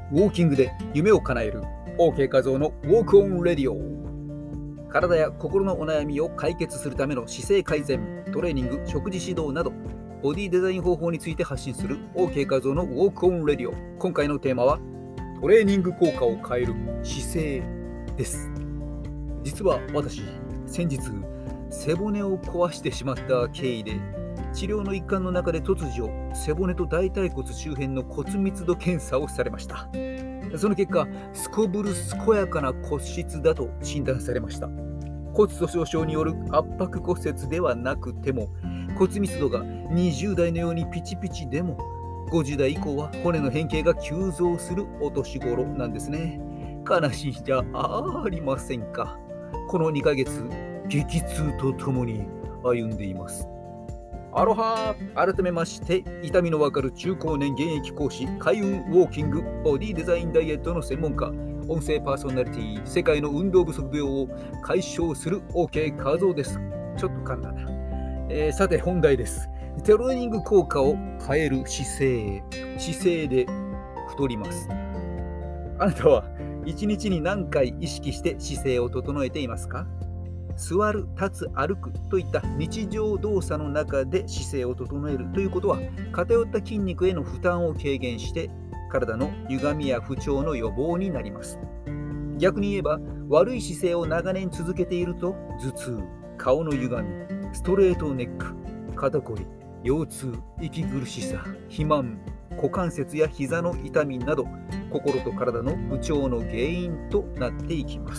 ウォーキングで夢を叶える OK 画像のウォークオンレディオ。体や心のお悩みを解決するための姿勢改善、トレーニング、食事指導などボディデザイン方法について発信する OK 画像のウォークオンレディオ。今回のテーマはトレーニング効果を変える姿勢です。実は私、先日背骨を壊してしまった経緯で、治療の一環の中で突如背骨と大腿骨周辺の骨密度検査をされました。その結果、すこぶる健やかな骨質だと診断されました。骨粗鬆症による圧迫骨折ではなくても、骨密度が20代のようにピチピチでも、50代以降は骨の変形が急増するお年頃なんですね。悲しいじゃありませんか。この2ヶ月、激痛とともに歩んでいます。アロハー。改めまして、痛みのわかる中高年現役講師、開運ウォーキング、ボディデザインダイエットの専門家、音声パーソナリティ、世界の運動不足病を解消する OK 画像です。ちょっと噛んだな。さて本題です。トレーニング効果を変える姿勢で太ります。あなたは1日に何回意識して姿勢を整えていますか？座る、立つ、歩くといった日常動作の中で姿勢を整えるということは、偏った筋肉への負担を軽減して体の歪みや不調の予防になります。逆に言えば、悪い姿勢を長年続けていると、頭痛、顔の歪み、ストレートネック、肩こり、腰痛、息苦しさ、肥満、股関節や膝の痛みなど、心と体の不調の原因となっていきます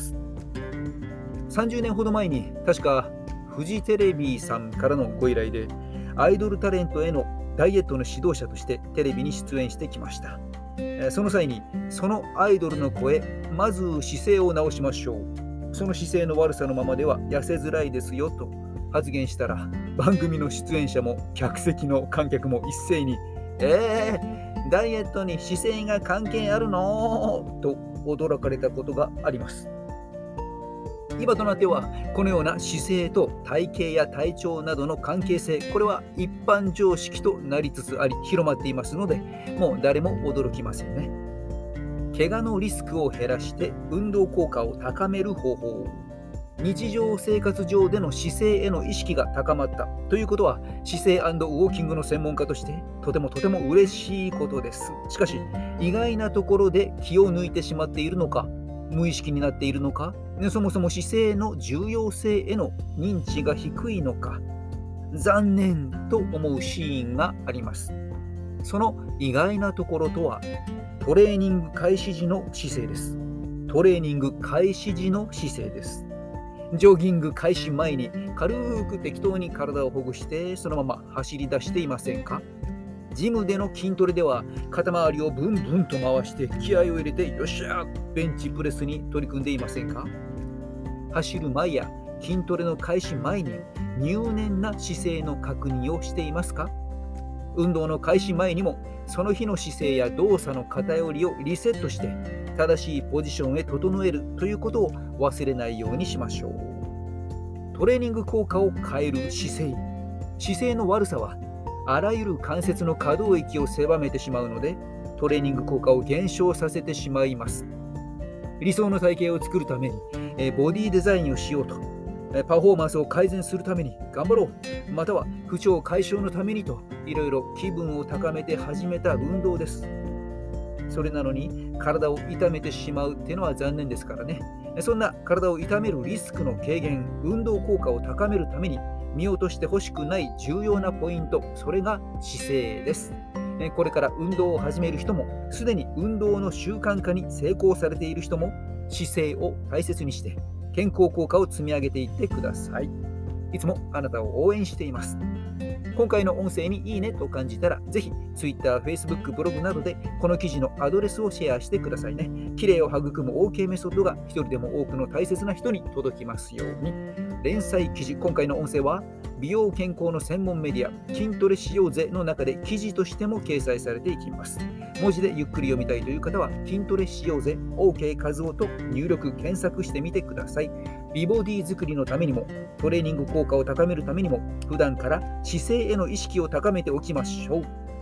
。30年ほど前に、確かフジテレビさんからのご依頼で、アイドルタレントへのダイエットの指導者としてテレビに出演してきました。その際に、そのアイドルの声、まず姿勢を直しましょう。その姿勢の悪さのままでは痩せづらいですよと発言したら、番組の出演者も客席の観客も一斉にダイエットに姿勢が関係あるのと驚かれたことがあります。今となっては、このような姿勢と体型や体調などの関係性、これは一般常識となりつつあり、広まっていますので、もう誰も驚きませんね。怪我のリスクを減らして運動効果を高める方法。日常生活上での姿勢への意識が高まったということは、姿勢&ウォーキングの専門家としてとても嬉しいことです。しかし、意外なところで気を抜いてしまっているのか、無意識になっているのか、そもそも姿勢の重要性への認知が低いのか、残念と思うシーンがあります。その意外なところとは、トレーニング開始時の姿勢です。トレーニング開始時の姿勢です。ジョギング開始前に軽く適当に体をほぐして、そのまま走り出していませんか？ジムでの筋トレでは、肩周りをブンブンと回して気合を入れて、よっしゃーベンチプレスに取り組んでいませんか？走る前や筋トレの開始前に入念な姿勢の確認をしていますか？運動の開始前にもその日の姿勢や動作の偏りをリセットして、正しいポジションへ整えるということを忘れないようにしましょう。トレーニング効果を変える姿勢の悪さは、あらゆる関節の可動域を狭めてしまうので、トレーニング効果を減少させてしまいます。理想の体型を作るために、ボディデザインをしようと、パフォーマンスを改善するために頑張ろう、または不調解消のためにと、いろいろ気分を高めて始めた運動です。それなのに体を痛めてしまうっていうのは残念ですからね。そんな体を痛めるリスクの軽減、運動効果を高めるために見落としてほしくない重要なポイント、それが姿勢です。これから運動を始める人も、すでに運動の習慣化に成功されている人も、姿勢を大切にして健康効果を積み上げていってください。いつもあなたを応援しています。今回の音声にいいねと感じたら、ぜひ Twitter、Facebook、ブログなどでこの記事のアドレスをシェアしてくださいね。綺麗を育む OK メソッドが一人でも多くの大切な人に届きますように。連載記事、今回の音声は美容健康の専門メディア、筋トレしようぜの中で記事としても掲載されていきます。文字でゆっくり読みたいという方は、筋トレしようぜ OK 画像と入力検索してみてください。美ボディ作りのためにも、トレーニング効果を高めるためにも、普段から姿勢への意識を高めておきましょう。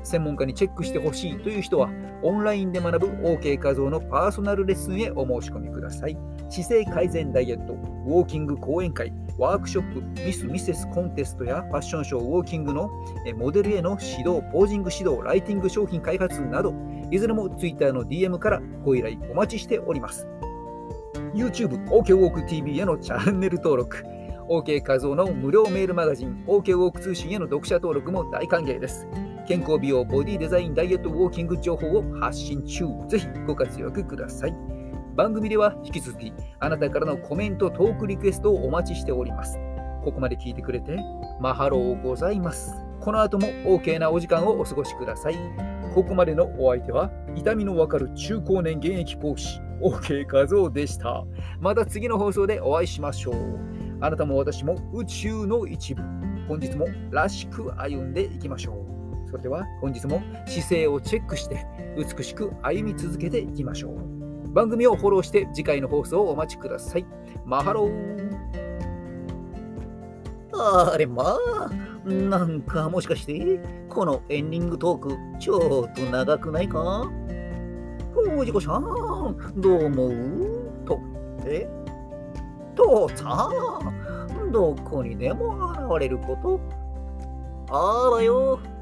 専門家にチェックしてほしいという人は、オンラインで学ぶ OK 画像のパーソナルレッスンへお申し込みください。姿勢改善ダイエット、ウォーキング講演会、ワークショップ、ミス・ミセスコンテストやファッションショー、ウォーキングのモデルへの指導、ポージング指導、ライティング商品開発など、いずれも Twitter の DM からご依頼お待ちしております。YouTube、OK ウォーク TV へのチャンネル登録、OK 画像の無料メールマガジン、OK ウォーク通信への読者登録も大歓迎です。健康美容、ボディデザイン、ダイエット、ウォーキング情報を発信中。ぜひご活躍ください。番組では引き続きあなたからのコメント、トークリクエストをお待ちしております。ここまで聞いてくれてマハローございます。この後も OK なお時間をお過ごしください。ここまでのお相手は痛みのわかる中高年現役講師 OK 画像でした。また次の放送でお会いしましょう。あなたも私も宇宙の一部。本日もらしく歩んでいきましょう。それでは本日も姿勢をチェックして美しく歩み続けていきましょう。番組をフォローして次回の放送をお待ちください。マハロー。 あれまあ、なんかもしかしてこのエンディングトークちょっと長くないか？藤子さん、どう思う？とさ、どこにでも現れることあらよ。